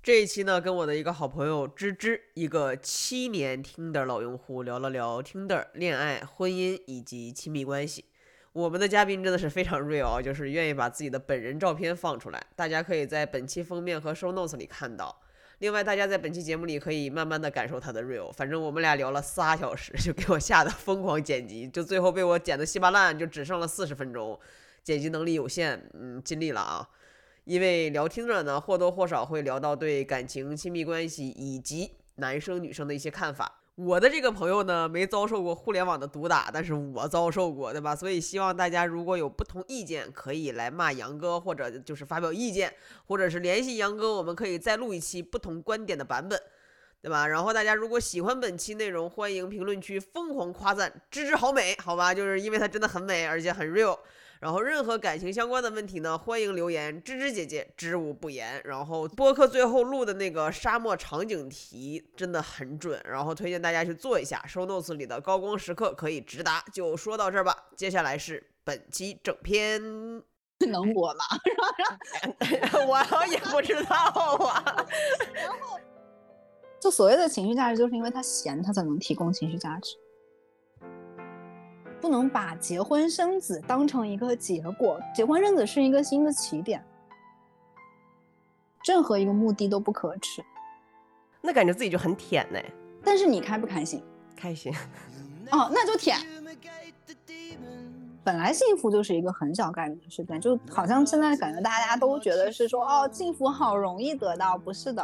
这一期呢，跟我的一个好朋友芝芝，一个7年 Tinder 老用户，聊了聊 Tinder 恋爱、婚姻以及亲密关系。我们的嘉宾真的是非常 real，就是愿意把自己的本人照片放出来，大家可以在本期封面和 show notes 里看到。另外，大家在本期节目里可以慢慢的感受他的 real。反正我们俩聊了3小时，就给我吓得疯狂剪辑，就最后被我剪得稀巴烂，就只剩了40分钟，剪辑能力有限，尽力了啊。因为聊听着呢，或多或少会聊到对感情、亲密关系以及男生女生的一些看法。我的这个朋友呢，没遭受过互联网的毒打，但是我遭受过，对吧？所以希望大家如果有不同意见，可以来骂杨哥，或者就是发表意见，或者是联系杨哥，我们可以再录一期不同观点的版本，对吧？然后大家如果喜欢本期内容，欢迎评论区疯狂夸赞芝芝好美，好吧？就是因为她真的很美，而且很 real。然后任何感情相关的问题呢，欢迎留言，芝芝姐姐知无不言。然后播客最后录的那个沙漠场景题真的很准，然后推荐大家去做一下，show notes 里的高光时刻可以直达。就说到这儿吧，接下来是本期正片。 能播吗？ 我也不知道啊。 然后就所谓的情绪价值，就是因为他闲，他才能提供情绪价值。不能把结婚生子当成一个结果，结婚生子是一个新的起点，任何一个目的都不可耻。 那感觉自己就很舔呢。 但是你开不开心？ 开心。 哦，那就舔。本来幸福就是一个很小概率的事件，就好像现在感觉大家都觉得是说，哦，幸福好容易得到，不是的。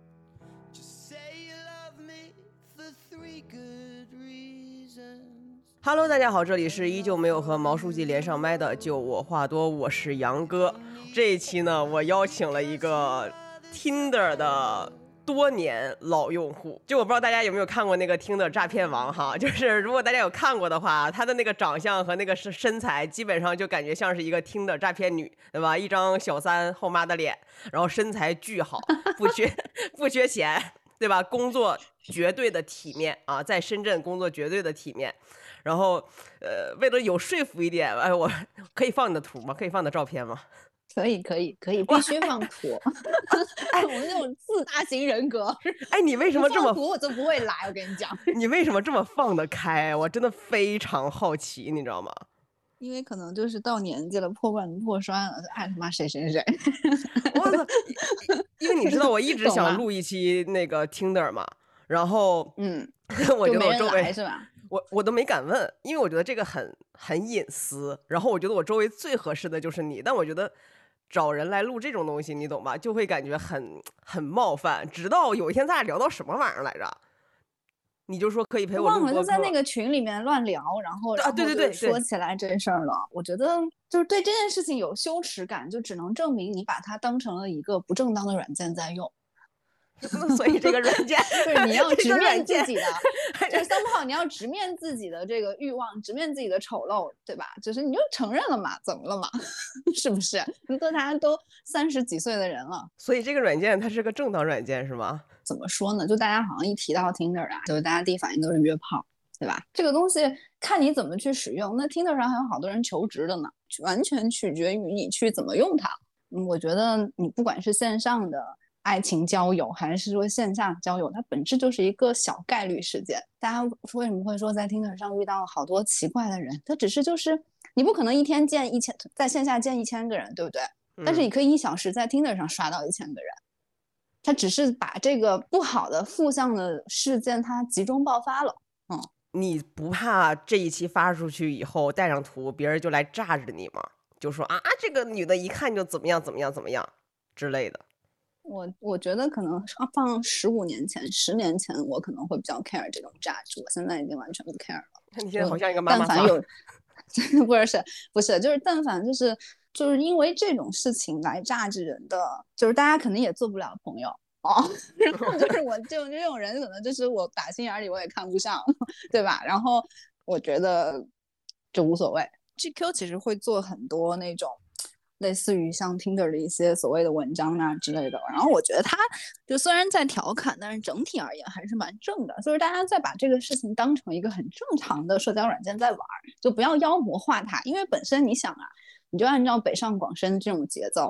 Hello， 大家好，这里是依旧没有和毛书记连上麦的就我话多，我是杨哥。这一期呢，我邀请了一个 Tinder 的多年老用户，就我不知道大家有没有看过那个 Tinder 诈骗王哈，就是如果大家有看过的话，他的那个长相和那个身材，基本上就感觉像是一个 Tinder 诈骗女，对吧？一张小三后妈的脸，然后身材巨好，不缺钱，对吧？工作绝对的体面啊，在深圳工作绝对的体面。然后，为了有说服一点，哎，我可以放你的图吗？可以放你的照片吗？ 可以，必须放图。哎，我们这种自大型人格。 哎，你为什么这么放图我就不会来？我跟你讲， 你为什么这么放得开？我真的非常好奇，你知道吗？ 因为可能就是到年纪了，破罐子破摔了，爱他妈谁谁谁。 我操！因为你知道，我一直想录一期那个 Tinder 嘛，然后我觉得我周围是吧？ 我都没敢问，因为我觉得这个很隐私。然后我觉得我周围最合适的就是你，但我觉得找人来录这种东西，你懂吧？就会感觉很冒犯。直到有一天咱俩聊到什么玩意儿来着，你就说可以陪我录播客， 就在那个群里面乱聊，然后对说起来这事儿了。我觉得就是对这件事情有羞耻感，就只能证明你把它当成了一个不正当的软件在用。 所以这个软件对，你要直面自己的，就是somehow你要直面自己的这个欲望，直面自己的丑陋，对吧？就是你就承认了嘛，怎么了嘛？是不是？大家都30几岁的人了， 所以这个软件它是个正当软件是吗？ 怎么说呢？就大家好像一提到 Tinder 啊，就是大家第一反应都是约炮，对吧？这个东西看你怎么去使用。那 Tinder 上还有好多人求职的呢，完全取决于你去怎么用它。我觉得你不管是线上的爱情交友还是说线下交友，它本质就是一个小概率事件。大家为什么会说在 Tinder 上遇到好多奇怪的人？它只是就是你不可能一天见1000，在线下见1000个人，对不对？但是你可以1小时在 Tinder 上刷到1000个人。它只是把这个不好的负向的事件它集中爆发了。 你不怕这一期发出去以后带上图，别人就来炸着你吗？就说啊，这个女的一看就怎么样之类的。 我觉得可能放15年前、10年前，我可能会比较 care 这种价值。我现在已经完全不 care 了。 你现在好像一个妈妈。 但凡有，不是，就是但凡就是因为这种事情来榨制人的，就是大家肯定也做不了朋友哦。然后就是我就这种人，可能就是我打心眼里我也看不上，对吧？然后我觉得就无所谓。GQ 其实会做很多那种类似于像 Tinder 的一些所谓的文章啊之类的，然后我觉得他就虽然在调侃，但是整体而言还是蛮正的，就是大家在把这个事情当成一个很正常的社交软件在玩，就不要妖魔化它。因为本身你想啊，你就按照北上广深这种节奏，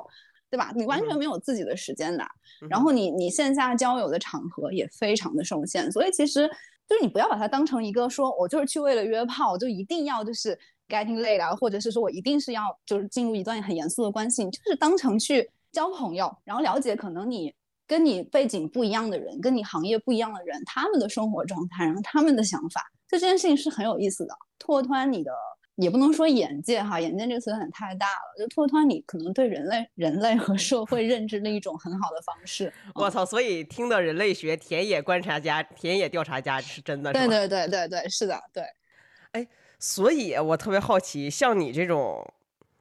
对吧？你完全没有自己的时间的， 嗯、 然后你线下交友的场合也非常的受限，所以其实就是你不要把它当成一个说我就是去为了约炮，我就一定要就是 getting late 啊，或者是说我一定是要就是进入一段很严肃的关系，你就是当成去交朋友，然后了解可能你跟你背景不一样的人，跟你行业不一样的人，他们的生活状态，然后他们的想法，这件事情是很有意思的，拓宽你的。也不能说眼界哈，眼界这个词有点太大了，就拓宽你可能对人类和社会认知的一种很好的方式。 我操！所以听的人类学、田野观察家、田野调查家是真的，是吧？ 对对对对对，是的，对。 哎，所以我特别好奇，像你这种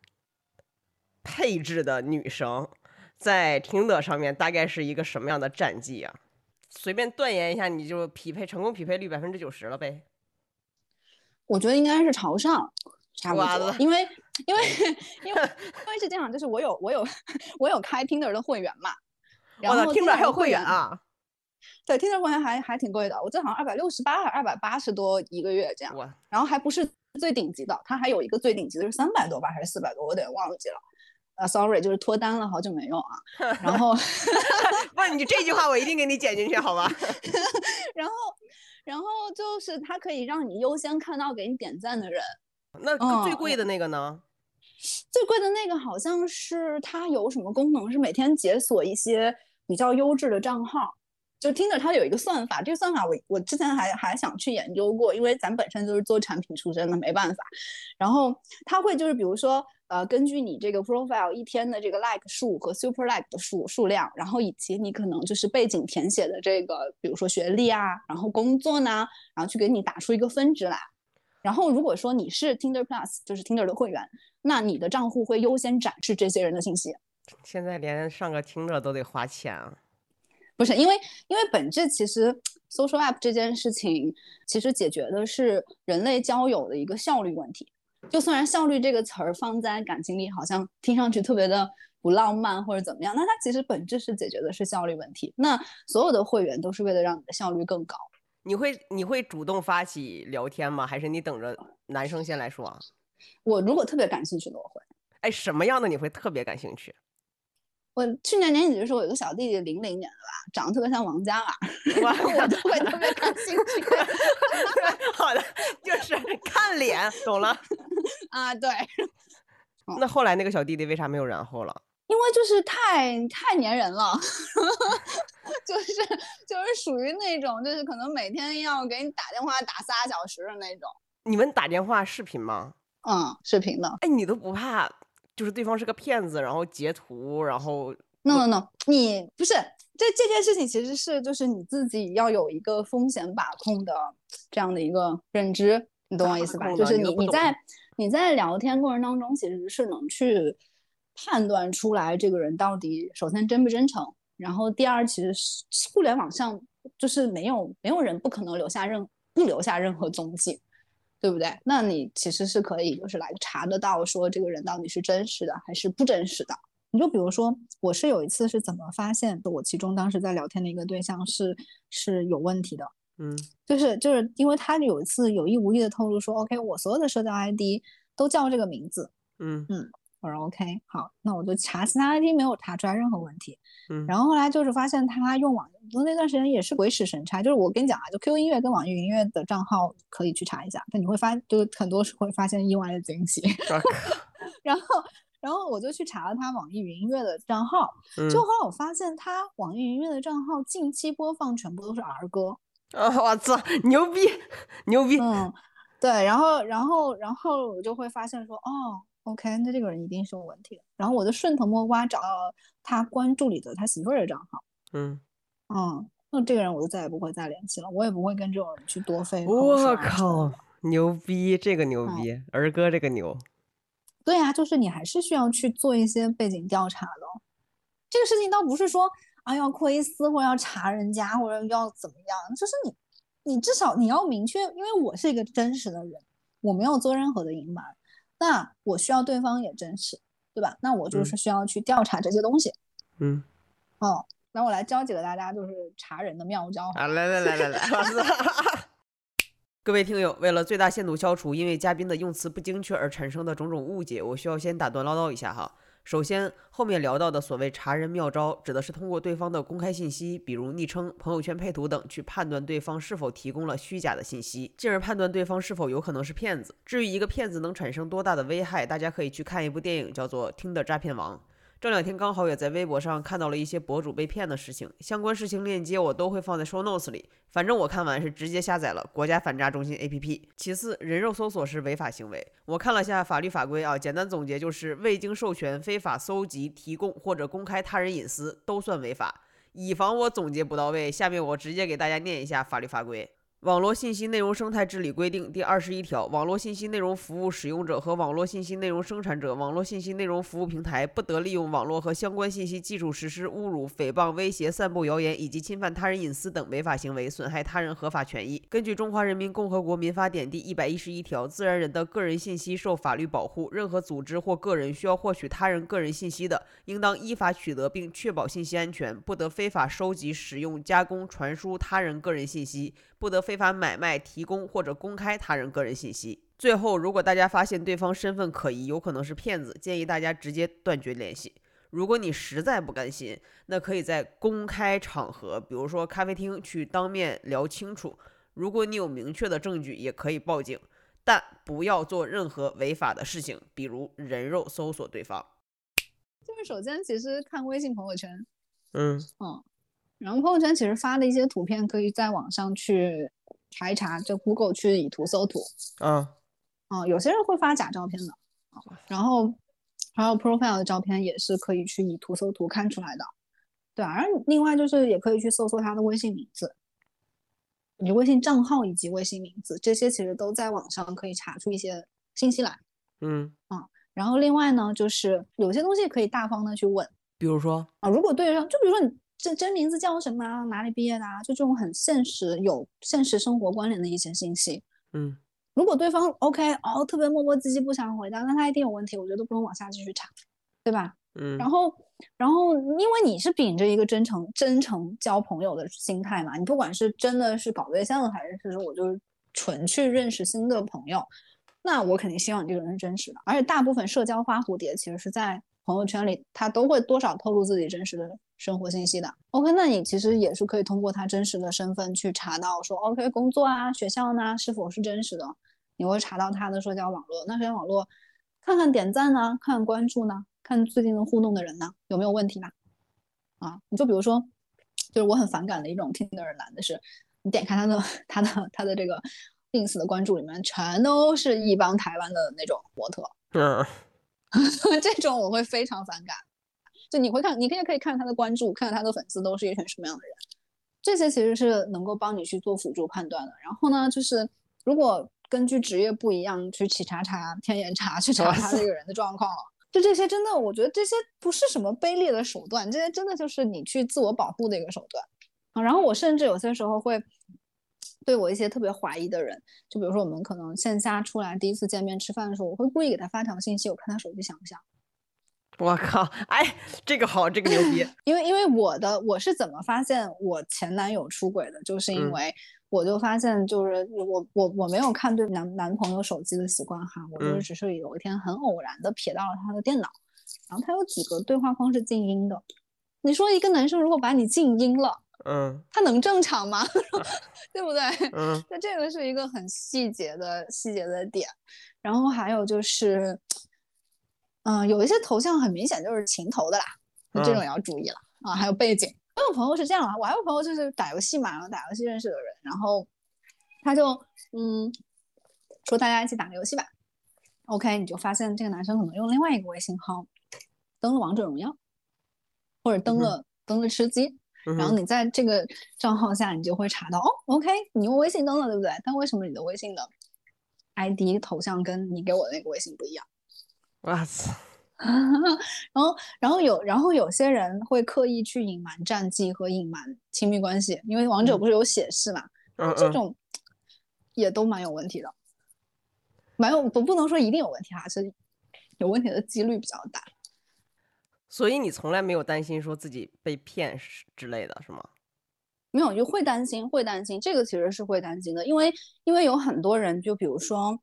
配置的女生，在Tinder上面大概是一个什么样的战绩啊？随便断言一下，你就成功匹配率90%了呗？ 我觉得应该是朝上，差不多，因为因为因为是这样，就是我有开 Tinder 的会员嘛，然后 Tinder 还有会员啊？ 对 ，Tinder 会员还挺贵的，我记得好像268还是280多一个月这样，然后还不是最顶级的，它还有一个最顶级的是300多吧，还是400多，我有点忘记了。sorry， 就是脱单了，好久没用啊。然后， 不是你这句话我一定给你剪进去，好吧？ 然后就是它可以让你优先看到给你点赞的人。 那最贵的那个呢？ 最贵的那个好像是它有什么功能，是每天解锁一些比较优质的账号。就Tinder它有一个算法，这个算法我之前还想去研究过，因为咱本身就是做产品出身的，没办法。然后它会就是比如说根据你这个 profile 一天的这个 like 数和 super like 的数量，然后以及你可能就是背景填写的这个，比如说学历啊，然后工作呢，然后去给你打出一个分值来。然后如果说你是 Tinder Plus， 就是 Tinder 的会员，那你的账户会优先展示这些人的信息。 现在连上个Tinder都得花钱啊。 不是因为本质其实 social app 这件事情其实解决的是人类交友的一个效率问题。就虽然效率这个词儿放在感情里好像听上去特别的不浪漫或者怎么样，那它其实本质是解决的是效率问题。那所有的会员都是为了让你的效率更高。 你会主动发起聊天吗？还是你等着男生先来说啊？ 我如果特别感兴趣的我会。 哎，什么样的你会特别感兴趣？ 我去年年底的时候有个小弟弟00年的吧，长得特别像王嘉尔，我就会特别感兴趣。 好的，就是看脸，懂了啊？对。 那后来那个小弟弟为啥没有然后了？ 因为就是太粘人了，就是属于那种就是可能每天要给你打电话打3小时的那种。 你们打电话视频吗？ 视频的。 哎，你都不怕就是对方是个骗子，然后截图，然后 no， 你不是这件事情其实是就是你自己要有一个风险把控的这样的一个认知，你懂我意思吧？就是你在聊天过程当中其实是能去判断出来这个人到底首先真不真诚，然后第二其实是互联网上就是没有人不可能不留下任何踪迹，对不对？那你其实是可以就是来查得到说这个人到底是真实的还是不真实的。你就比如说我是有一次是怎么发现我其中当时在聊天的一个对象是有问题的，就是因为他有一次有意无意的透露说 OK 我所有的社交 ID 都叫这个名字，我说 OK 好，那我就查其他 ID 没有查出来任何问题，然后后来就是发现他用网那段时间也是鬼使神差，就是我跟你讲啊，就 QQ 音乐跟网易云音乐的账号可以去查一下，但你会就很多时会发现意外的惊喜。然后我就去查了他网易云音乐的账号，就后来我发现他网易云音乐的账号近期播放全部都是儿歌。 我操，牛逼！ 对，然后我就会发现说OK， 那这个人一定是有问题的。然后我就顺藤摸瓜找到他关注里的他媳妇儿的账号。那这个人我就再也不会再联系了，我也不会跟这种人去多费口舌。 我靠，牛逼！这个牛逼，儿歌这个牛。 对啊，就是你还是需要去做一些背景调查的。这个事情倒不是说要窥私或者要查人家或者要怎么样，就是你至少你要明确，因为我是一个真实的人，我没有做任何的隐瞒，那我需要对方也真实，对吧？那我就是需要去调查这些东西。那我来教几个大家就是查人的妙招。 来各位听友，为了最大限度消除因为嘉宾的用词不精确而产生的种种误解，我需要先打断唠叨一下哈。 首先，后面聊到的所谓查人妙招，指的是通过对方的公开信息，比如昵称、朋友圈配图等，去判断对方是否提供了虚假的信息，进而判断对方是否有可能是骗子。至于一个骗子能产生多大的危害，大家可以去看一部电影，叫做《听的诈骗王》。这两天刚好也在微博上看到了一些博主被骗的事情，相关事情链接我都会放在 show notes 里。反正我看完是直接下载了国家反诈中心 APP。其次，人肉搜索是违法行为。我看了下法律法规啊，简单总结就是未经授权非法搜集、提供或者公开他人隐私都算违法。以防我总结不到位，下面我直接给大家念一下法律法规。网络信息内容生态治理规定第21条，网络信息内容服务使用者和网络信息内容生产者、网络信息内容服务平台不得利用网络和相关信息技术实施侮辱、诽谤、威胁、散布谣言以及侵犯他人隐私等违法行为，损害他人合法权益。根据中华人民共和国民法典第111条，自然人的个人信息受法律保护，任何组织或个人需要获取他人个人信息的，应当依法取得并确保信息安全，不得非法收集、使用、加工、传输他人个人信息，不得非法买卖、提供或者公开他人个人信息。最后，如果大家发现对方身份可疑，有可能是骗子，建议大家直接断绝联系。如果你实在不甘心，那可以在公开场合，比如说咖啡厅，去当面聊清楚。如果你有明确的证据，也可以报警，但不要做任何违法的事情，比如人肉搜索对方。 就是首先，其实看微信朋友圈， 嗯， 然后朋友圈其实发的一些图片，可以在网上去查一查，就 Google 去以图搜图。有些人会发假照片的，然后还有 profile 的照片也是可以去以图搜图看出来的，对啊。然后另外就是也可以去搜索他的微信名字，你微信账号以及微信名字，这些其实都在网上可以查出一些信息来。然后另外呢，就是有些东西可以大方的去问， 比如说如果对上，就比如说你真名字叫什么啊，哪里毕业的啊，就这种很现实、有现实生活关联的一些信息。如果对方 OK 特别磨磨唧唧不想回答，那他一定有问题，我觉得不用往下继续查，对吧？然后因为你是秉着一个真诚交朋友的心态嘛，你不管是真的是搞对象还是说我就是纯去认识新的朋友，那我肯定希望你这个人是真实的。而且大部分社交花蝴蝶其实是在朋友圈里，他都会多少透露自己真实的生活信息的。OK， 那你其实也是可以通过他真实的身份去查到说 OK 工作啊、学校呢是否是真实的，你会查到他的社交网络。那社交网络看看点赞呢，看看关注呢，看最近的互动的人呢有没有问题吧？你就比如说，就是我很反感的一种 Tinder 男的是，你点开他的这个 ins 的关注里面，全都是一帮台湾的那种模特。这种我会非常反感。就你会看，你可以看他的关注，看他的粉丝都是一群什么样的人，这些其实是能够帮你去做辅助判断的。然后呢，就是如果根据职业不一样去查天眼查去查他这个人的状况了，就这些真的，我觉得这些不是什么卑劣的手段，这些真的就是你去自我保护的一个手段。然后我甚至有些时候会对我一些特别怀疑的人，就比如说我们可能线下出来第一次见面吃饭的时候，我会故意给他发条信息，我看他手机响不响。 我靠，哎，这个好，这个牛逼。 因为我是怎么发现我前男友出轨的，就是因为我就发现就是我没有看对男朋友手机的习惯哈，我就是只是有一天很偶然的瞥到了他的电脑，然后他有几个对话框是静音的。你说一个男生如果把你静音了，他能正常吗？对不对？那这个是一个很细节的点。然后还有就是有一些头像很明显就是情头的啦，这种也要注意了还有背景。我有朋友是这样的，我还有朋友就是打游戏嘛，然后打游戏认识的人，然后他就说大家一起打个游戏吧。OK， 你就发现这个男生可能用另外一个微信号登了王者荣耀，或者登了吃鸡，然后你在这个账号下你就会查到OK， 你用微信登了对不对？但为什么你的微信的 ID 头像跟你给我的那个微信不一样？ 哇塞！ 然后有些人会刻意去隐瞒战绩和隐瞒亲密关系，因为王者不是有显示嘛，这种也都蛮有问题的，不能说一定有问题哈，是有问题的几率比较大。 所以你从来没有担心说自己被骗之类的是吗？ 没有，就会担心，这个其实是会担心的，因为有很多人，就比如说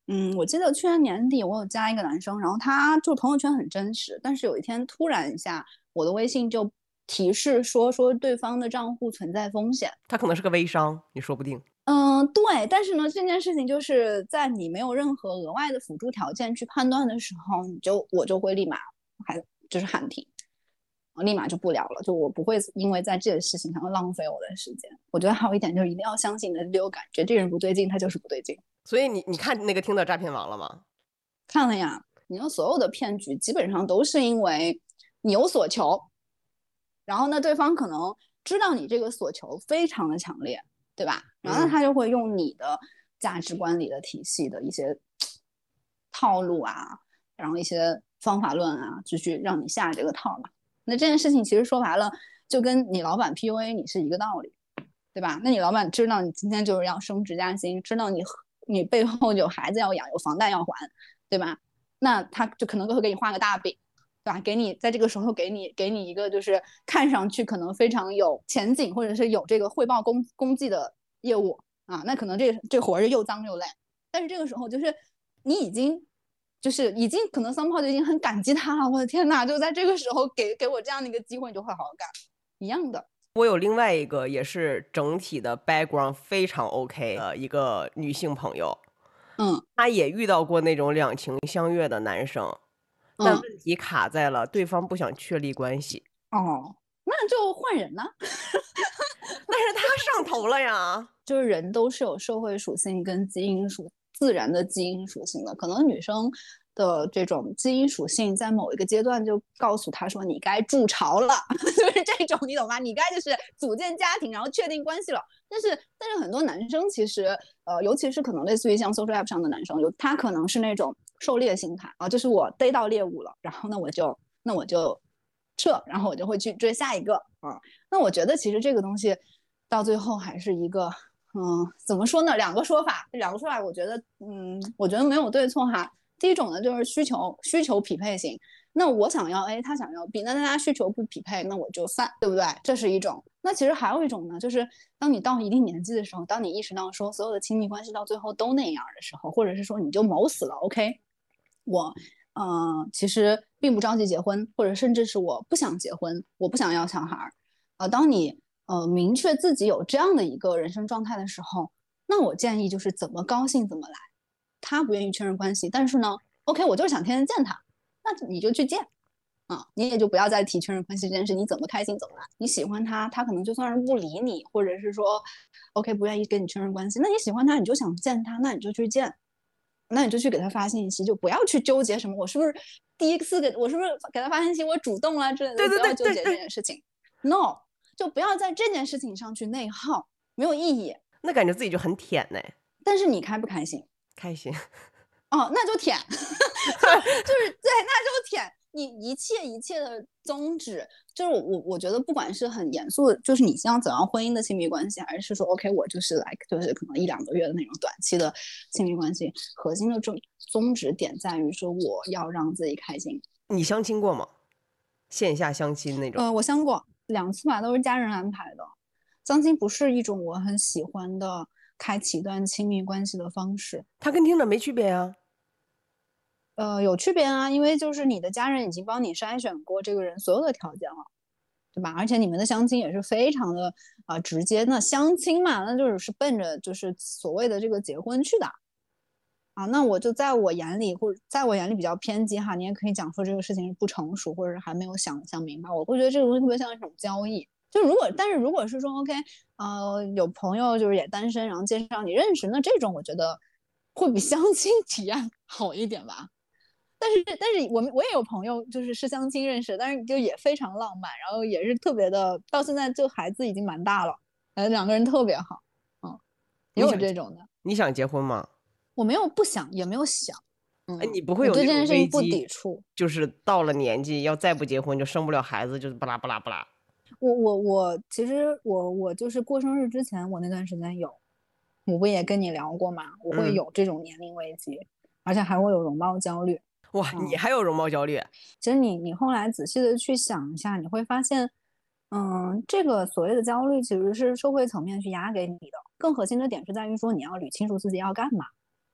我记得去年年底我有加一个男生，然后他就朋友圈很真实，但是有一天突然一下，我的微信就提示说对方的账户存在风险。 他可能是个微商，你说不定。 对，但是呢，这件事情就是在你没有任何额外的辅助条件去判断的时候，我就会立马就是喊停，立马就不聊了，就我不会因为在这个事情上浪费我的时间。我觉得还有一点就是一定要相信你的第六感，觉得这人不对劲，他就是不对劲。 所以你看那个听的诈骗网了吗？ 看了呀，你说所有的骗局基本上都是因为你有所求，然后呢，对方可能知道你这个所求非常的强烈，对吧？然后他就会用你的价值观里的体系的一些套路啊，然后一些方法论啊，就去让你下这个套嘛。那这件事情其实说白了，就跟你老板 PUA 你是一个道理，对吧？那你老板知道你今天就是要升职加薪，知道你背后有孩子要养，有房贷要还，对吧？那他就可能会给你画个大饼，对吧？给你在这个时候给你一个就是看上去可能非常有前景，或者是有这个汇报功绩的业务啊，那可能这活儿又脏又累。但是这个时候就是你已经可能桑炮就已经很感激他了，我的天哪！就在这个时候给我这样的一个机会，你就会好好干，一样的。 我有另外一个也是整体的 background 非常 OK 的一个女性朋友，她也遇到过那种两情相悦的男生，但问题卡在了对方不想确立关系。 哦，那就换人呢。 但是他上头了呀。 就是人都是有社会属性跟自然的基因属性的，可能女生的这种基因属性在某一个阶段就告诉他说你该筑巢了，就是这种你懂吗？你该就是组建家庭，然后确定关系了。但是很多男生其实尤其是可能类似于像 social app 上的男生，他可能是那种狩猎心态啊，就是我逮到猎物了，然后那我就撤，然后我就会去追下一个啊。那我觉得其实这个东西到最后还是一个怎么说呢？两个说法，我觉得我觉得没有对错哈。第一种呢就是需求匹配型，那我想要 A，他想要 B，那大家需求不匹配，那我就散，对不对？这是一种。那其实还有一种呢，就是当你到一定年纪的时候，当你意识到说所有的亲密关系到最后都那样的时候，或者是说你就谋死了，OK，我其实并不着急结婚，或者甚至是我不想结婚，我不想要小孩当你明确自己有这样的一个人生状态的时候，那我建议就是怎么高兴怎么来。他不愿意确认关系，但是呢，OK，我就是想天天见他，那你就去见啊，你也就不要再提确认关系这件事，你怎么开心怎么来。你喜欢他，他可能就算是不理你，或者是说 OK 不愿意跟你确认关系，那你喜欢他，你就想见他，那你就去见。那你就去给他发信息，就不要去纠结什么我是不是第一次我是不是给他发信息我主动了之类的，不要纠结这件事情。No， 就不要在这件事情上去内耗，没有意义。 那感觉自己就很舔呢。 但是你开不开心？ 开心。 哦，那就舔，就是对，那就舔。你一切的宗旨，就是我觉得不管是很严肃的，就是你想走上婚姻的亲密关系，还是说 OK 我就是就是可能一两个月的那种短期的亲密关系，核心的宗旨点在于说我要让自己开心。 你相亲过吗？线下相亲那种？ 我相过2次吧，都是家人安排的。相亲不是一种我很喜欢的开启一段亲密关系的方式。 它跟听着没区别啊。 有区别啊，因为就是你的家人已经帮你筛选过这个人所有的条件了，对吧？而且你们的相亲也是非常的直接。那相亲嘛，那就是奔着就是所谓的这个结婚去的啊。那我就在我眼里，或者在我眼里比较偏激哈，你也可以讲说这个事情是不成熟，或者是还没有想明白。我会觉得这个东西特别像一种交易。就但是如果是说 OK，有朋友就是也单身，然后介绍你认识，那这种我觉得会比相亲体验好一点吧。但是我也有朋友就是相亲认识，但是就也非常浪漫，然后也是特别的，到现在就孩子已经蛮大了，两个人特别好，也有这种的。 你想结婚吗？ 我没有不想，也没有想， 你不会有对这那种件事情不危机抵触， 就是到了年纪要再不结婚就生不了孩子，就是巴拉巴拉巴拉。 我其实我就是过生日之前，我那段时间有，我不也跟你聊过吗？我会有这种年龄危机，而且还会有容貌焦虑。 哇，你还有容貌焦虑？ 其实你后来仔细的去想一下，你会发现，这个所谓的焦虑其实是社会层面去压给你的，更核心的点是在于说你要捋清楚自己要干嘛。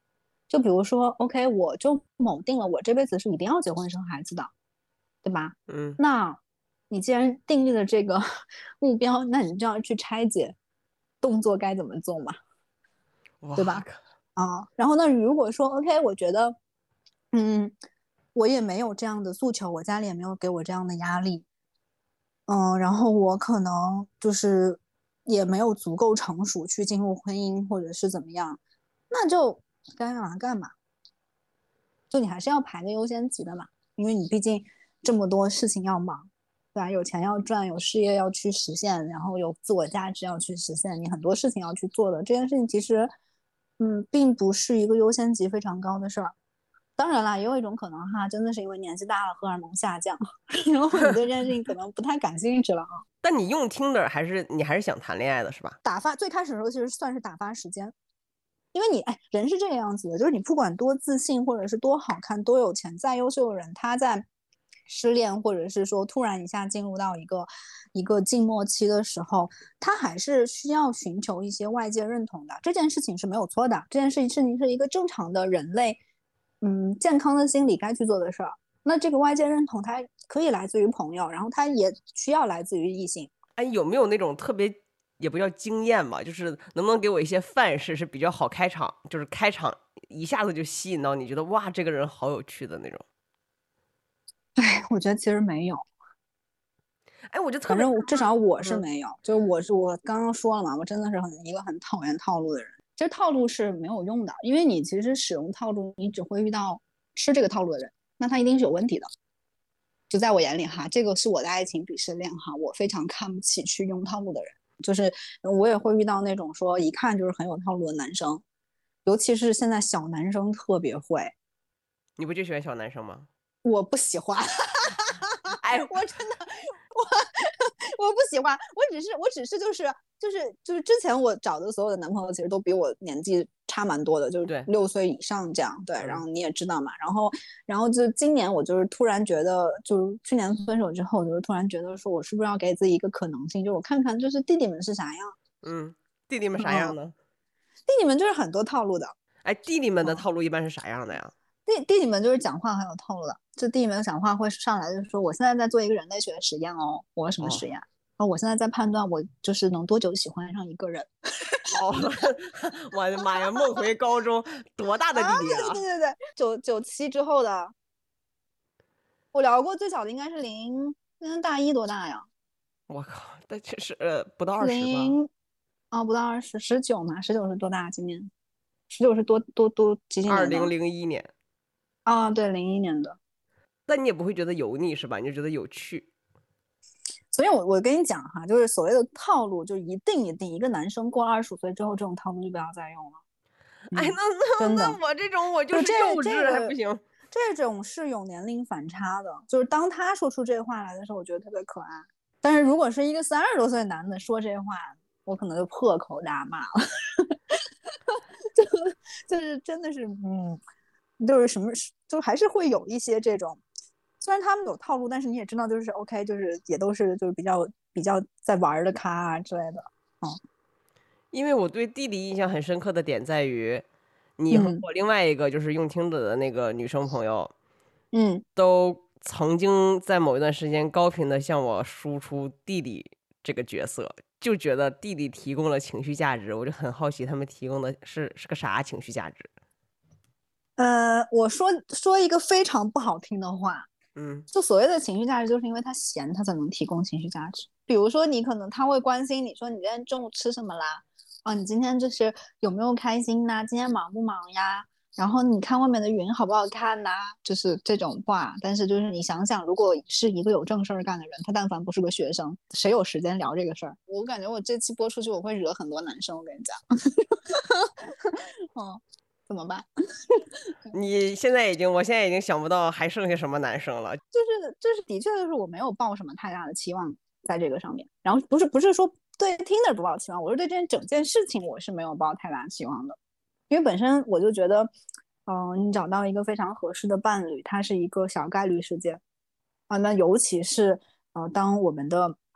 就比如说，OK，我就铆定了我这辈子是一定要结婚生孩子的，对吧？ 嗯， 那你既然定立了这个目标，那你就要去拆解动作该怎么做嘛，对吧？ 哇靠， 然后那如果说 OK，我觉得，我也没有这样的诉求，我家里也没有给我这样的压力，然后我可能就是也没有足够成熟去进入婚姻或者是怎么样，那就该干嘛干嘛，就你还是要排个优先级的嘛，因为你毕竟这么多事情要忙，对吧？有钱要赚，有事业要去实现，然后有自我价值要去实现，你很多事情要去做的。这件事情其实，并不是一个优先级非常高的事儿。当然啦，也有一种可能哈，真的是因为年纪大了，荷尔蒙下降，然后你对这件事情可能不太感兴趣了啊。 但你用 Tinder 还是想谈恋爱的是吧？ 最开始的时候其实算是打发时间，因为你人是这个样子的，就是你不管多自信，或者是多好看、多有钱，再优秀的人，他在失恋或者是说突然一下进入到一个静默期的时候，他还是需要寻求一些外界认同的。这件事情是没有错的，这件事情是一个正常的人类，健康的心理该去做的事儿。那这个外界认同，它可以来自于朋友，然后它也需要来自于异性。 哎，有没有那种特别也不叫惊艳吧，就是能不能给我一些范式是比较好开场，就是开场一下子就吸引到你觉得哇这个人好有趣的那种？ 我觉得其实没有， 哎，我就特反别正至少我是嗯， 没有，就是我刚刚说了嘛，我真的是一个很讨厌套路的人。其实套路是没有用的，因为你其实使用套路，你只会遇到吃这个套路的人，那他一定是有问题的。就在我眼里哈，这个是我的爱情鄙视链哈，我非常看不起去用套路的人。就是我也会遇到那种说一看就是很有套路的男生，尤其是现在小男生特别会， 你不就喜欢小男生吗？ 我不喜欢。 哎， 我真的我不喜欢，我只是就是之前我找的所有的男朋友其实都比我年纪差蛮多的，就是对， 6岁以上这样，对，然嗯， 后你也知道嘛，然后就今年我就是突然觉得，就是去年分手之后，我就是突然觉得说我是不是要给自己一个可能性，就是我看看就是弟弟们是啥样， 嗯，弟弟们啥样嗯， 呢？ 弟弟们就是很多套路的， 哎，弟弟们的嗯， 套路一般是啥样的呀？ 弟弟们就是讲话很有套路的，就弟弟们讲话会上来就是说，我现在在做一个人类学的实验哦，我什么哦实验？我现在在判断我就是能多久喜欢上一个人哦，我的妈呀，梦回高中，多大的啊？ 弟弟啊！ 对对对对，97之后的，我聊过最小的应该是今年大一多大呀？ 我靠，那确实不到20吧？ 零不到20，19嘛，19是多大？今年19是多几几二零年的？ 零一年， 对，01年的。 但你也不会觉得油腻是吧？你就觉得有趣。 所以我跟你讲哈，就是所谓的套路，就一定一个男生过了25岁之后，这种套路就不要再用了。 哎，那真的， 我这种我就就是幼稚还不这个行。 这种是有年龄反差的，就是当他说出这话来的时候，我觉得特别可爱。但是如果是一个30多岁的男的说这话，我可能就破口大骂了。就就是真的是，就是什么，就还是会有一些这种，虽然他们有套路，但是你也知道，就是 OK，就是也都是就是比较在玩的咖啊之类的。嗯因为我对弟弟印象很深刻的点在于，你和嗯我另外一个就是用听的那个女生朋友， 嗯， 都曾经在某一段时间高频的向我输出弟弟这个角色，就觉得弟弟提供了情绪价值，我就很好奇他们提供的是个啥情绪价值？ 我说一个非常不好听的话， 嗯， 就所谓的情绪价值，就是因为他闲，他才能提供情绪价值。比如说，你可能他会关心你说你今天中午吃什么啦？你今天就是有没有开心呐？今天忙不忙呀？然后你看外面的云好不好看呐？就是这种话。但是就是你想想，如果是一个有正事儿干的人，他但凡不是个学生，谁有时间聊这个事儿？我感觉我这期播出去，我会惹很多男生。我跟你讲，怎么办？ 我现在已经想不到还剩下什么男生了。 就是的确就是我没有抱什么太大的期望在这个上面。然后不是说对 Tinder 不抱期望，我是对整件事情我是没有抱太大期望的，因为本身我就觉得，你找到一个非常合适的伴侣，它是一个小概率事件啊。那尤其是当我们的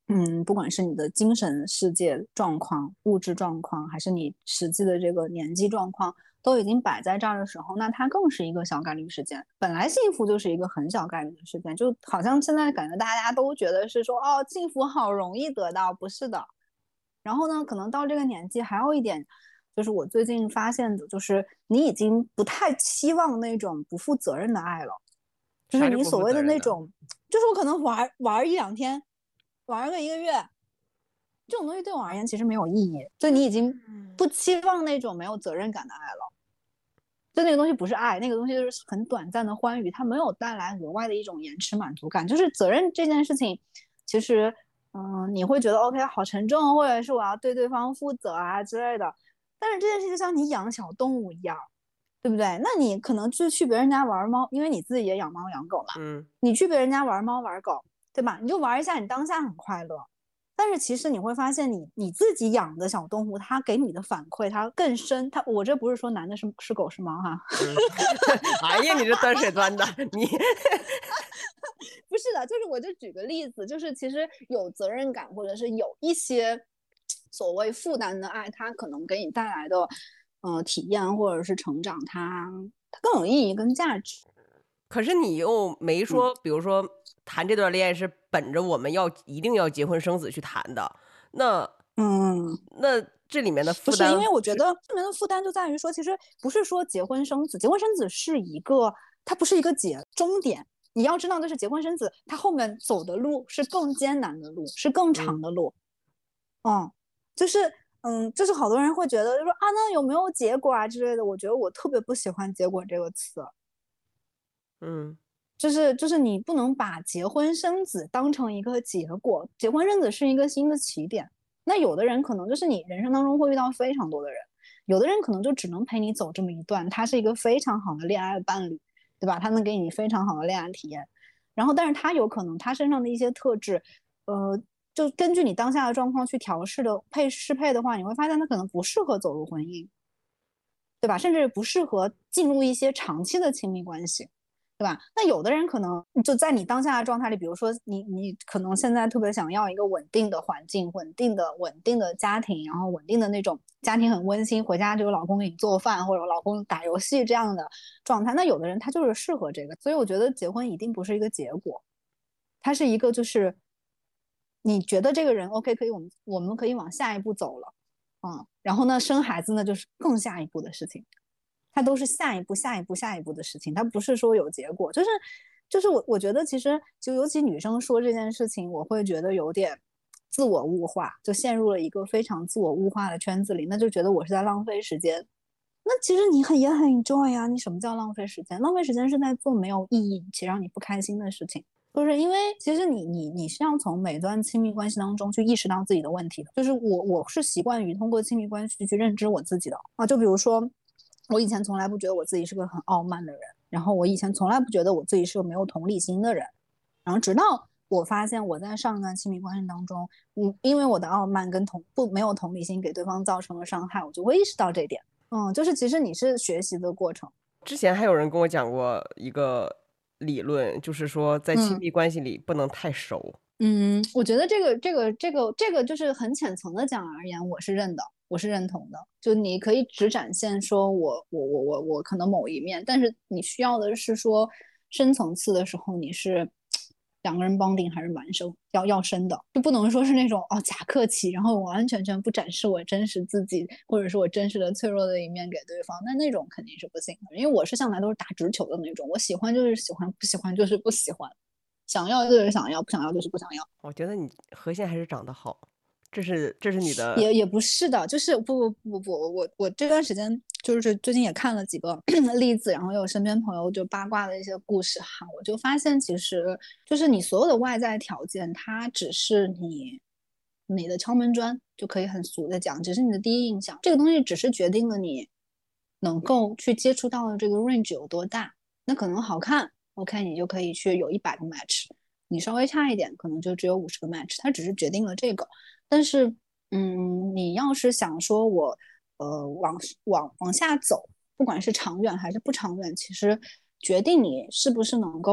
不管是你的精神世界状况、物质状况，还是你实际的这个年纪状况，都已经摆在这儿的时候，那它更是一个小概率事件。本来幸福就是一个很小概率的事件，就好像现在感觉大家都觉得是说，哦，幸福好容易得到，不是的。然后呢，可能到这个年纪，还有一点，就是我最近发现的，就是你已经不太期望那种不负责任的爱了，就是啥是不你所谓的负责任的？ 那种，就是我可能玩一两天，玩个1个月，这种东西对我而言其实没有意义，就你已经不期望那种没有责任感的爱了。就那个东西不是爱，那个东西就是很短暂的欢愉，它没有带来额外的一种延迟满足感。就是责任这件事情，其实，你会觉得 OK 好沉重，或者是我要对对方负责啊之类的。但是这件事就像你养小动物一样，对不对？那你可能就去别人家玩猫，因为你自己也养猫养狗嘛， 嗯， 你去别人家玩猫玩狗，对吧？你就玩一下，你当下很快乐。但是其实你会发现你自己养的小动物，它给你的反馈它更深。我这不是说男的是狗是猫哈， 哎呀，你这端水端的，你不是的，就是我就举个例子，就是其实有责任感或者是有一些所谓负担的爱，它可能给你带来的体验或者是成长，它更有意义跟价值。 可是你又没嗯说，比如说谈这段恋爱是本着我们一定要结婚生子去谈的，那嗯， 那这里面的不是，因为负担我觉得这里面的负担就在于说，其实不是说结婚生子，结婚生子是一个，它不是一个终点。你要知道，就是结婚生子，它后面走的路是更艰难的路，是更长嗯的路。嗯，就是就是好多人会觉得，就说啊，那有没有结果啊之类的？我觉得我特别不喜欢“结果”这个词， 嗯就是你不能把结婚生子当成一个结果，结婚生子是一个新的起点。那有的人可能就是你人生当中会遇到非常多的人，有的人可能就只能陪你走这么一段，他是一个非常好的恋爱伴侣，对吧？他能给你非常好的恋爱体验，然后但是他有可能他身上的一些特质，就根据你当下的状况去调试的适配的话，你会发现他可能不适合走入婚姻，对吧？甚至不适合进入一些长期的亲密关系。对吧？那有的人可能就在你当下的状态里，比如说你可能现在特别想要一个稳定的环境、稳定的家庭，然后稳定的那种家庭很温馨，回家就有老公给你做饭或者老公打游戏这样的状态。那有的人他就是适合这个，所以我觉得结婚一定不是一个结果，它是一个就是你觉得这个人 OK 可以，我们可以往下一步走了，然后呢生孩子呢就是更下一步的事情。它都是下一步、下一步、下一步的事情，它不是说有结果，就是我觉得其实就尤其女生说这件事情，我会觉得有点自我物化，就陷入了一个非常自我物化的圈子里，那就觉得我是在浪费时间。那其实也很 enjoy 呀、你什么叫浪费时间？浪费时间是在做没有意义且让你不开心的事情。不是因为其实你是要从每段亲密关系当中去意识到自己的问题的，就是我是习惯于通过亲密关系去认知我自己的啊，就比如说我以前从来不觉得我自己是个很傲慢的人，然后我以前从来不觉得我自己是个没有同理心的人，然后直到我发现我在上一段亲密关系当中，因为我的傲慢跟没有同理心给对方造成了伤害，我就会意识到这一点。就是其实你是学习的过程。 之前还有人跟我讲过一个理论，就是说在亲嗯密关系里不能太熟。 我觉得这个就是很浅层的讲而言，我是认同的。就你可以只展现说我可能某一面，但是你需要的是说深层次的时候，你是两个人 bonding 还是蛮深，要深的，就不能说是那种假客气，然后完完全全不展示我真实自己或者是我真实的脆弱的一面给对方，那种肯定是不行的，因为我是向来都是打直球的那种，我喜欢就是喜欢，不喜欢就是不喜欢。想要就是想要，不想要就是不想要。 我觉得你核心还是长得好，这是你的。 也不是的，就是不，我这段时间就是最近也看了几个例子，然后有身边朋友就八卦的一些故事哈，我就发现其实就是你所有的外在条件，它只是你的敲门砖，就可以很俗的讲，只是你的第一印象，这个东西只是决定了你能够去接触到的这个 range 有多大。那可能好看，OK，你就可以去有100个 match，你稍微差一点，可能就只有50个 match，它只是决定了这个。但是，你要是想说我，往下走，不管是长远还是不长远，其实决定你是不是能够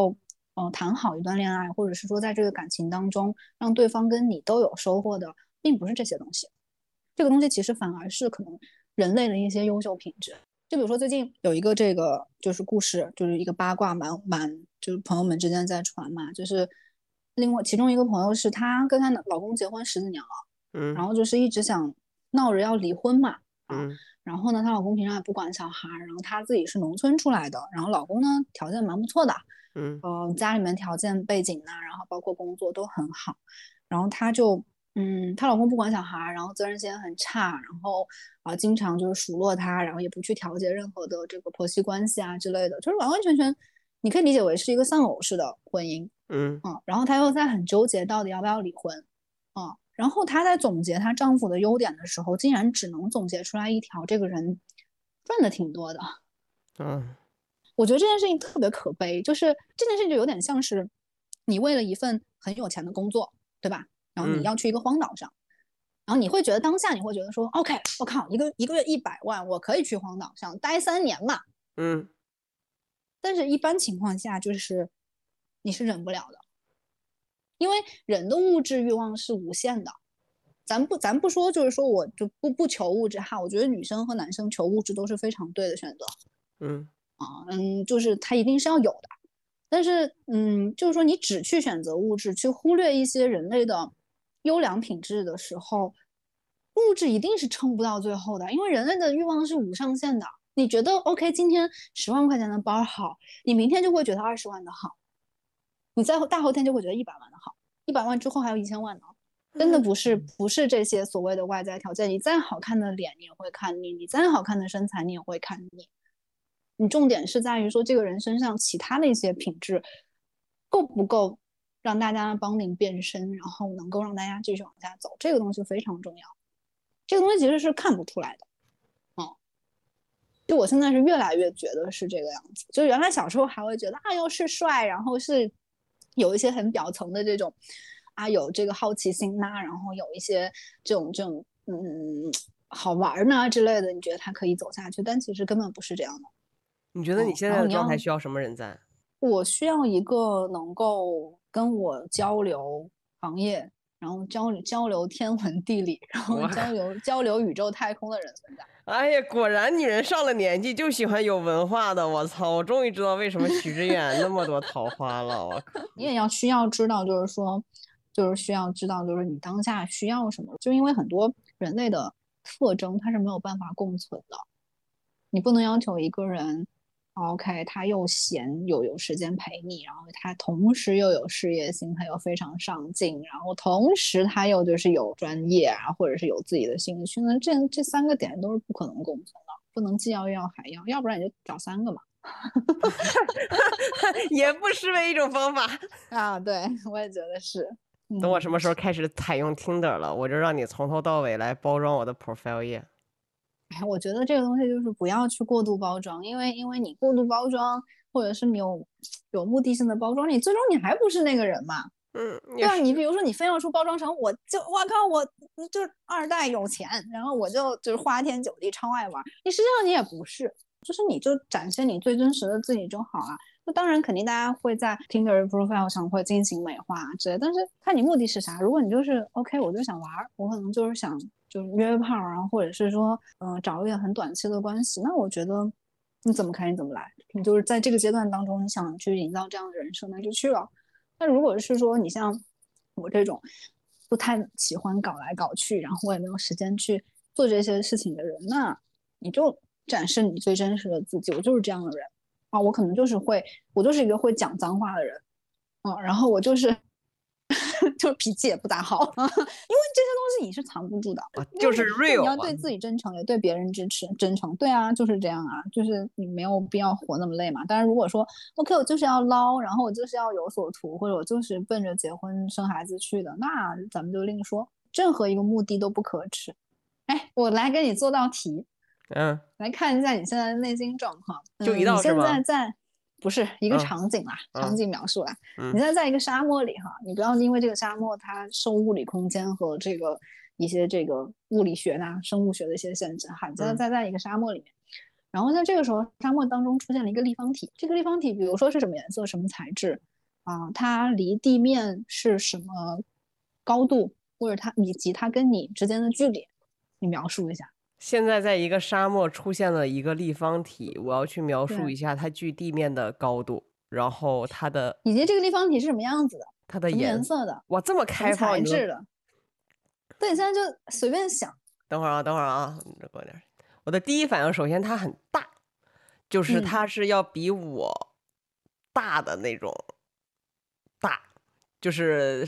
谈好一段恋爱，或者是说在这个感情当中让对方跟你都有收获的，并不是这些东西。这个东西其实反而是可能人类的一些优秀品质。就比如说最近有一个这个就是故事，就是一个八卦就是朋友们之间在传嘛，就是另外其中一个朋友是她跟她老公结婚10几年了，然后就是一直想闹着要离婚嘛，然后呢她老公平常也不管小孩，然后她自己是农村出来的，然后老公呢条件蛮不错的，家里面条件背景呢，然后包括工作都很好，然后她老公不管小孩，然后责任心很差，然后经常就是数落她，然后也不去调节任何的这个婆媳关系啊之类的，就是完完全全你可以理解为是一个丧偶式的婚姻。然后她又在很纠结到底要不要离婚。然后她在总结她丈夫的优点的时候，竟然只能总结出来一条，这个人赚的挺多的。我觉得这件事情特别可悲，就是这件事情就有点像是你为了一份很有钱的工作，对吧？然后你要去一个荒岛上，然后你会觉得当下你会觉得说 OK 我靠，一个月100万我可以去荒岛上待3年嘛。但是一般情况下就是你是忍不了的，因为人的物质欲望是无限的。咱不说就是说我就不求物质哈，我觉得女生和男生求物质都是非常对的选择。就是它一定是要有的，但是就是说你只去选择物质，去忽略一些人类的优良品质的时候，物质一定是撑不到最后的，因为人类的欲望是无上限的。你觉得 OK， 今天10万块钱的包好，你明天就会觉得20万的好，你在大后天就会觉得100万的好，100万之后还有1000万呢。真的不是这些所谓的外在条件，你再好看的脸你也会看腻，你再好看的身材你也会看腻。你重点是在于说这个人身上其他的一些品质够不够让大家帮你变身，然后能够让大家继续往下走，这个东西非常重要。这个东西其实是看不出来的。就我现在是越来越觉得是这个样子，就原来小时候还会觉得又是帅，然后是有一些很表层的这种有这个好奇心然后有一些这种好玩之类的，你觉得他可以走下去，但其实根本不是这样的。 你觉得你现在的状态需要什么人在？ 我需要一个能够跟我交流行业，然后交流天文地理，然后交流宇宙太空的人存在。 哎呀，果然女人上了年纪就喜欢有文化的，我操！我终于知道为什么许知远那么多桃花了，我靠！ 你也需要知道，就是说，就是需要知道，就是你当下需要什么，就因为很多人类的特征它是没有办法共存的，你不能要求一个人。OK， 他又闲又有时间陪你，然后他同时又有事业心，他又非常上进，然后同时他又就是有专业或者是有自己的兴趣，那这3个点都是不可能共存的，不能既要又要还要，要不然你就找3个嘛。 也不失为一种方法对，我也觉得是。 等我什么时候开始采用 Tinder 了，我就让你从头到尾来包装我的 profile 页。 我觉得这个东西就是不要去过度包装，因为你过度包装，或者是你有目的性的包装，你最终你还不是那个人嘛。对啊，你比如说你非要说包装成我靠我就是2代有钱，然后我就是花天酒地超爱玩，你实际上你也不是，就是你就展现你最真实的自己就好了。那当然肯定大家会在 Tinder profile 上会进行美化之类，但是看你目的是啥。如果你就是 OK， 我就想玩，我可能就是想就是约炮或者是说找一个很短期的关系，那我觉得你怎么开你怎么来，你就是在这个阶段当中你想去营造这样的人设那就去了。那如果是说你像我这种不太喜欢搞来搞去，然后我也没有时间去做这些事情的人，那你就展示你最真实的自己。我就是这样的人我可能我就是一个会讲脏话的人然后我就是就脾气也不咋好因为这些东西你是藏不住的就是 real， 你要对自己真诚，也对别人真诚。对啊，就是这样就是你没有必要活那么累嘛。当然，如果说 OK， 我就是要捞，然后我就是要有所图，或者我就是奔着结婚生孩子去的，那咱们就另说。任何一个目的都不可耻。我来给你做道题，来看一下你现在的内心状况。 就一道是吗？ 你现在不是一个场景啦，场景描述啦。你现在在一个沙漠里你不要因为这个沙漠它受物理空间和这个一些这个物理学生物学的一些限制你现在在一个沙漠里面，然后在这个时候沙漠当中出现了一个立方体，这个立方体比如说是什么颜色什么材质它离地面是什么高度，或者以及它跟你之间的距离，你描述一下。 现在在一个沙漠出现了一个立方体，我要去描述对， 一下它距地面的高度，然后以及这个立方体是什么样子的，什么它的颜， 颜色的， 哇，这么什么开放，你都材质的。对，现在就随便想。 等会儿啊，等会儿啊，你这给我点儿。我的第一反应，首先它很大，就是嗯， 它是要比我大的那种大，就是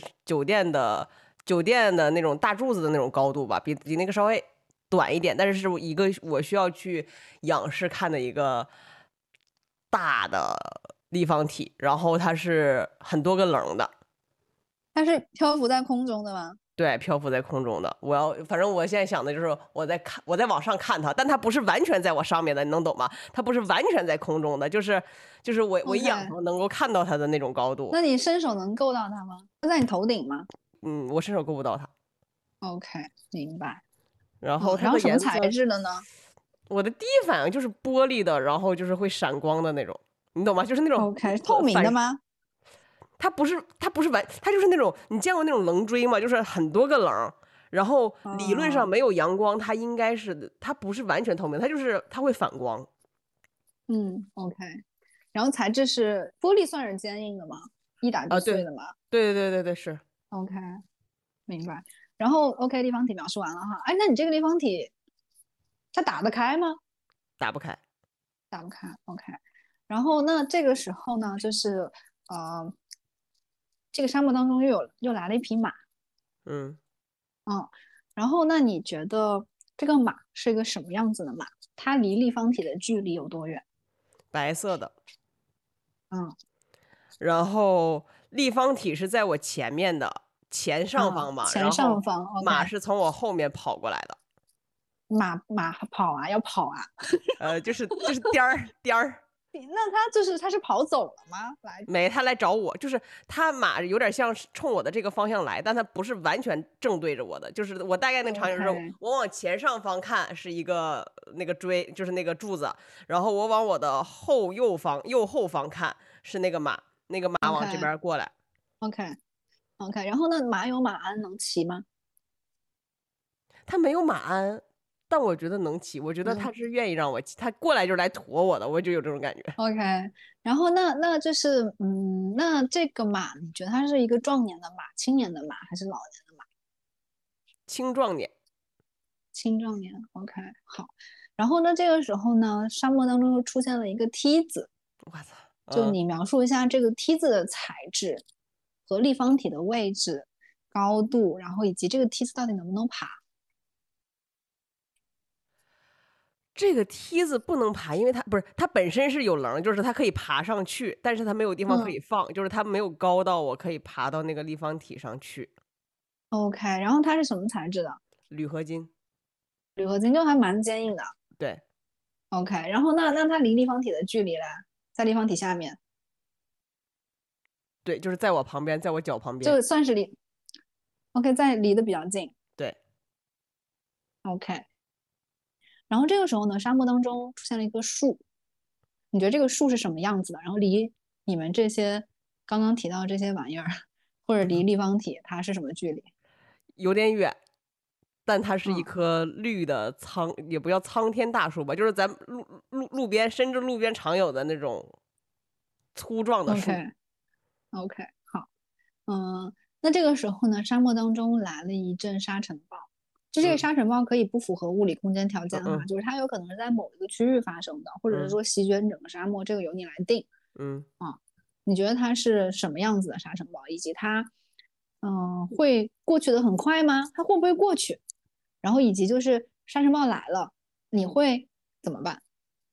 酒店的那种大柱子的那种高度吧，比那个稍微短一点，但是是一个我需要去仰视看的一个大的立方体，然后它是很多个棱的。 它是漂浮在空中的吗？ 对，漂浮在空中的。反正我现在想的就是我在往上看它，但它不是完全在我上面的，你能懂吗？它不是完全在空中的，就是我一仰 OK， 头能够看到它的那种高度。 那你伸手能够到它吗？就在你头顶吗嗯，我伸手够不到它。 ？OK，明白。 然后它然后什么的颜色， 材质的呢我的第一反应就是玻璃的，然后就是会闪光的那种，你懂吗？就是那种 ？OK，透明的吗？ 它不是它就是那种你见过那种棱锥吗？就是很多个棱，然后理论上哦， 没有阳光，它不是完全透明，它会反光。 嗯，OK。然后材质是玻璃，算是坚硬的吗？一打就啊，对， 碎的吗对，是 ？OK，明白。然后 OK，立方体描述完了哈。哎，那你这个立方体它打得开吗？ 打不开。 打不开。OK。然后那这个时候呢，就是呃，这个沙漠当中又来了一匹马。 嗯， 嗯，然后那你觉得这个马是一个什么样子的马？它离立方体的距离有多远？ 白色的， 嗯然后立方体是在我前面的前上方嘛， 前然后上方。 马 OK， 是从我后面跑过来的。 马跑啊，要跑啊。 就是颠儿颠儿。 那它是跑走了吗？来， 没，他来找我，就是他马有点像是冲我的这个方向来，但他不是完全正对着我的，就是我大概那个场景是， OK 我往前上方看是一个那个锥，就是那个柱子，然后我往我的右后方看是那个马，那个马往这 OK 边过来。 OK OK。然后那马有马鞍能骑吗？ 他没有马鞍，但我觉得能骑，我觉得他嗯是愿意让我骑，他过来就是来驮我的，我就有这种感觉。 ，OK。然后那就是那这个马，你觉得它是一个壮年的马、青年的马，还是老年的马？ 青壮年。 青壮年。OK，好。然后呢，这个时候呢，沙漠当中又出现了一个梯子， 我操， 就你描述一下这个梯子的材质和立方体的位置、高度，然后以及这个梯子到底能不能爬。 这个梯子不能爬，因为它不是它本身是有棱，就是它可以爬上去，但是它没有地方可嗯以放，就是它没有高到我可以爬到那个立方体上去。 ，OK。然后它是什么材质的？ 铝合金。 铝合金，就还蛮坚硬的。 对 OK。然后那它离立方体的距离嘞，在立方体下面， 对，就是在我旁边，在我脚旁边。 就算是离 OK，在离得比较近。 对， OK。然后这个时候呢，沙漠当中出现了一棵树，你觉得这个树是什么样子的？然后离你们这些刚刚提到的这些玩意儿，或者离立方体，它是什么距离？ 有点远，但它是一嗯棵绿的也不叫苍天大树吧，就是咱们路边，甚至路边常有的那种粗壮的树。 ，OK OK，好。那这个时候呢，沙漠当中来了一阵沙尘暴。就这个嗯沙尘暴可以不符合物理空间条件哈， 嗯嗯就是它有可能是在某一个区域发生的，或者是嗯说席卷整个沙漠，这个由你来定嗯。 啊。你觉得它是什么样子的沙尘暴，以及它会过去的很快吗？它会不会过去？然后以及就是沙尘暴来了，你会怎么办？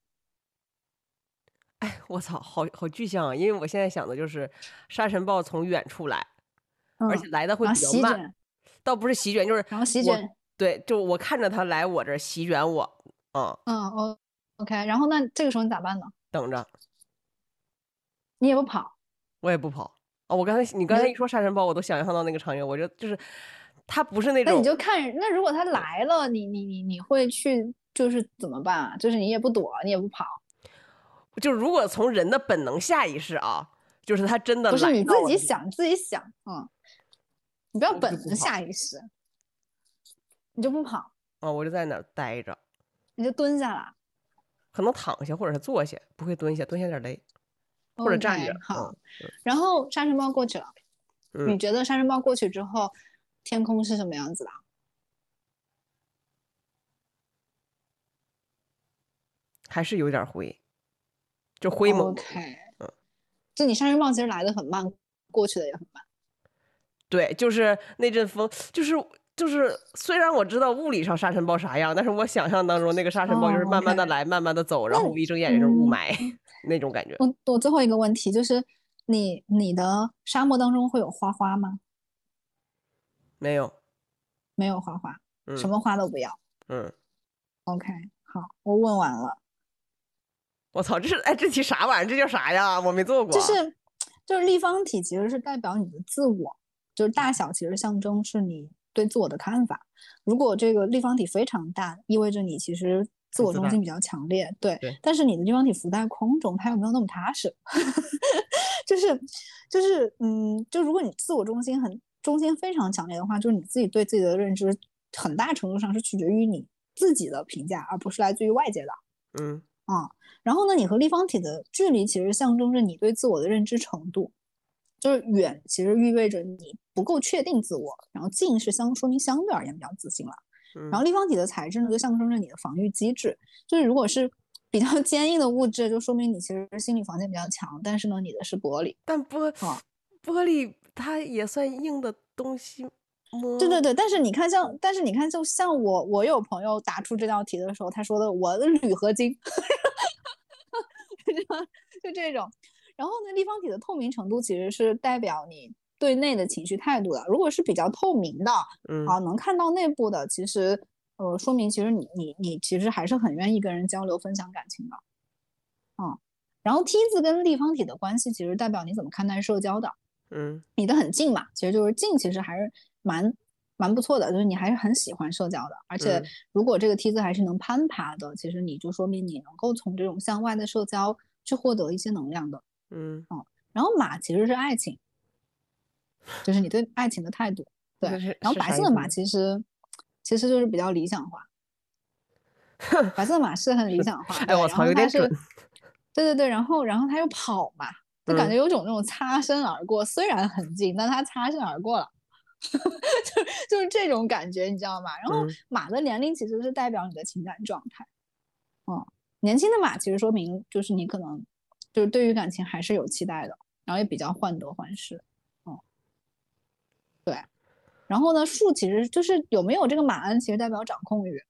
哎，我操，好具象啊！因为我现在想的就是沙尘暴从远处来，而且来的会然后比较慢， 席卷， 倒不是席卷，就是然后席我， 卷。 对，就我看着他来我这儿席卷我。嗯， OK。然后那这个时候你咋办呢？ 等着， 你也不跑， 我也不跑。哦，你你就刚才一说沙尘暴，我都想象到那个场景，我觉得就是他不是那那你种， 就看，那如果他来了，你会去就是怎么办啊？就是你也不躲，你也不跑。 就如果从人的本能下意识啊， 就是他真的不是你自己想自己想，你不要本能下意识，你就不跑我就在那儿待着， 你就蹲下了。 可能躺下或者是坐下，不会蹲下，蹲下有点累，或者站着。 好，然后沙尘暴过去了，你觉得沙尘暴过去之后，天空是什么样子的？ 还是有点灰，就灰蒙蒙。 就你沙尘暴其实来的很慢，过去的也很慢。 对，就是那阵风，就是虽然我知道物理上沙尘暴啥样，但是我想象当中那个沙尘暴就是慢慢的来，慢慢的走，然后我一睁眼就是雾霾那种感觉。 我最后一个问题就是，你的沙漠当中会有花花吗？ 没有， 没有花花，什么花都不要。OK， 好，我问完了。 我操，这题啥玩意儿？这叫啥呀？我没做过。 就是立方体其实是代表你的自我，就是大小其实象征是你对自我的看法。如果这个立方体非常大，意味着你其实自我中心比较强烈，对。但是你的立方体浮在空中，它有没有那么踏实？就如果你自我中心非常强烈的话，就是你自己对自己的认知很大程度上是取决于你自己的评价，而不是来自于外界的。然后呢，你和立方体的距离其实象征着你对自我的认知程度，就是远其实意味着你不够确定自我，然后近是说明相对而言比较自信了。然后立方体的材质呢，就象征着你的防御机制，就是如果是比较坚硬的物质，就说明你其实心理防线比较强，但是呢，你的是玻璃。 但玻璃它也算硬的东西吗？ 对，但是你看就像我有朋友答出这道题的时候，他说的我的铝合金，就这种。然后呢，立方体的透明程度其实是代表你对内的情绪态度的。如果是比较透明的，能看到内部的，其实说明其实你其实还是很愿意跟人交流分享感情的。然后梯子跟立方体的关系其实代表你怎么看待社交的。你的很近嘛，其实就是近，其实还是蛮不错的，就是你还是很喜欢社交的。而且如果这个梯子还是能攀爬的，其实你就说明你能够从这种向外的社交去获得一些能量的。然后马其实是爱情，就是你对爱情的态度。对，然后白色的马其实就是比较理想化，白色的马是很理想化。 哎，我操，有点准。 对，然后它又跑嘛，就感觉有种那种擦身而过，虽然很近，但它擦身而过了。就是这种感觉，你知道吗？然后马的年龄其实是代表你的情感状态。年轻的马其实说明就是你可能就是对于感情还是有期待的，然后也比较患得患失。对。然后呢，树其实就是有没有这个马鞍，其实代表掌控欲，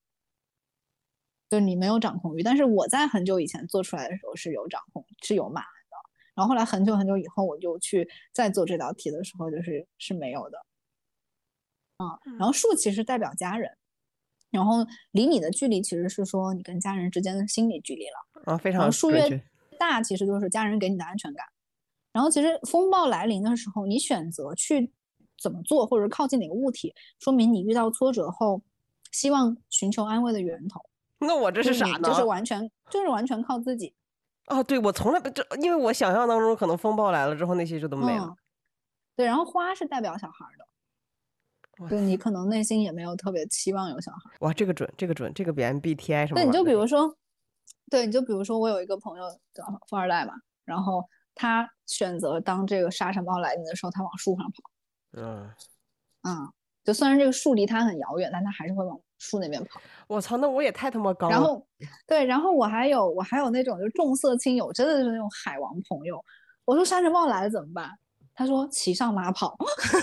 就是你没有掌控欲。但是我在很久以前做出来的时候是有掌控，是有马鞍的。然后后来很久以后，我就去再做这道题的时候，是没有的。然后树其实代表家人，然后离你的距离其实是说你跟家人之间的心理距离了。 非常然后树越大，其实就是家人给你的安全感。然后其实风暴来临的时候，你选择去怎么做，或者靠近哪个物体，说明你遇到挫折后，希望寻求安慰的源头。 那我这是啥呢？ 就是完全靠自己。 对，我从来不因为我想象当中可能风暴来了之后那些就都没了。 对，然后花是代表小孩的，就你可能内心也没有特别期望有小孩。 哇，这个准，这个比 MBTI 什么？ 对，你就比如说，我有一个朋友叫富二代嘛，然后他选择当这个沙尘暴来临的时候，他往树上跑。就虽然这个树离他很遥远，但他还是会往树那边跑。 我操，那我也太他妈高了。 然后我还有那种就重色轻友，真的是那种海王朋友。我说沙尘暴来了怎么办？他说骑上马跑。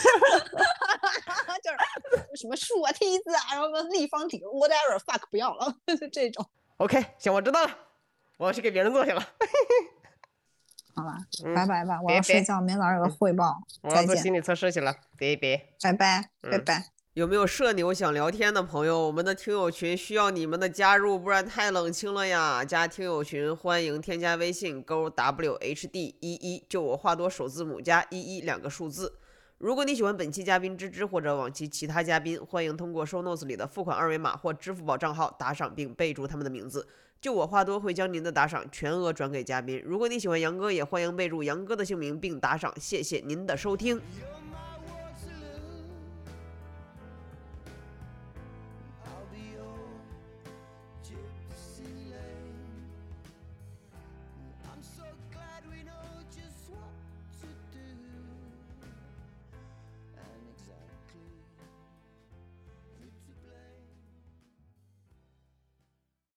就是什么树啊、梯子啊，然后立方体 whatever fuck 不要了，就这种。 OK， 行，我知道了，我要去给别人做去了。 好吧，拜拜吧，我要睡觉，明天早上有个汇报。 我要做心理测试去了，别， 拜拜。 有没有社牛想聊天的朋友？我们的听友群需要你们的加入，不然太冷清了呀！加听友群，欢迎添加微信勾WHD11，就我话多首字母加11两个数字。 如果你喜欢本期嘉宾芝芝或者往期其他嘉宾，欢迎通过 show notes 里的付款二维码或支付宝账号打赏并备注他们的名字，就我话多会将您的打赏全额转给嘉宾。如果你喜欢杨哥，也欢迎备注杨哥的姓名并打赏。谢谢您的收听。 I'm so